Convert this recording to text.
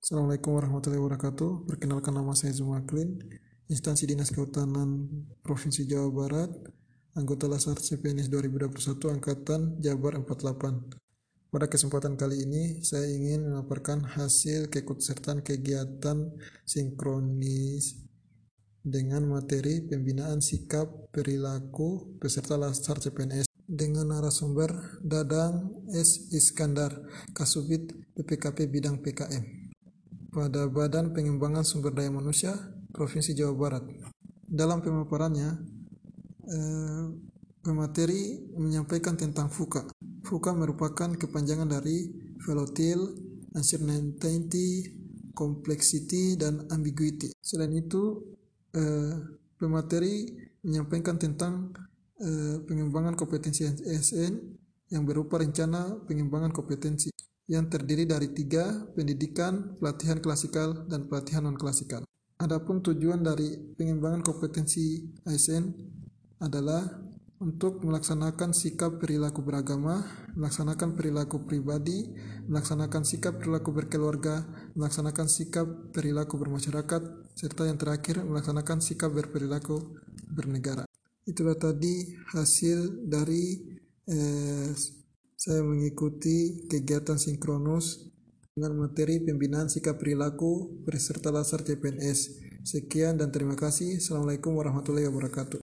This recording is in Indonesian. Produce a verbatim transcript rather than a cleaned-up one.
Assalamualaikum warahmatullahi wabarakatuh. Perkenalkan, nama saya Zumaklin, instansi Dinas Kehutanan Provinsi Jawa Barat, anggota Laskar C P N S dua ribu dua puluh satu Angkatan Jabar empat puluh delapan. Pada kesempatan kali ini, saya ingin memaparkan hasil keikutsertaan kegiatan sinkronis dengan materi pembinaan sikap perilaku peserta Laskar C P N S dengan narasumber Dadang S. Iskandar, Kasubit P P K P Bidang P K M pada Badan Pengembangan Sumber Daya Manusia Provinsi Jawa Barat. Dalam pemaparannya, eh, pemateri menyampaikan tentang VUCA. VUCA merupakan kepanjangan dari Volatile, Uncertainty, Complexity, dan Ambiguity. Selain itu, eh, pemateri menyampaikan tentang eh, pengembangan kompetensi A S N yang berupa rencana pengembangan kompetensi yang terdiri dari tiga, pendidikan, pelatihan klasikal, dan pelatihan non-klasikal. Adapun tujuan dari pengembangan kompetensi A S N adalah untuk melaksanakan sikap perilaku beragama, melaksanakan perilaku pribadi, melaksanakan sikap perilaku berkeluarga, melaksanakan sikap perilaku bermasyarakat, serta yang terakhir melaksanakan sikap berperilaku bernegara. Itulah tadi hasil dari eh, saya mengikuti kegiatan sinkronus dengan materi pembinaan sikap perilaku peserta Laskar C P N S. Sekian dan terima kasih. Assalamualaikum warahmatullahi wabarakatuh.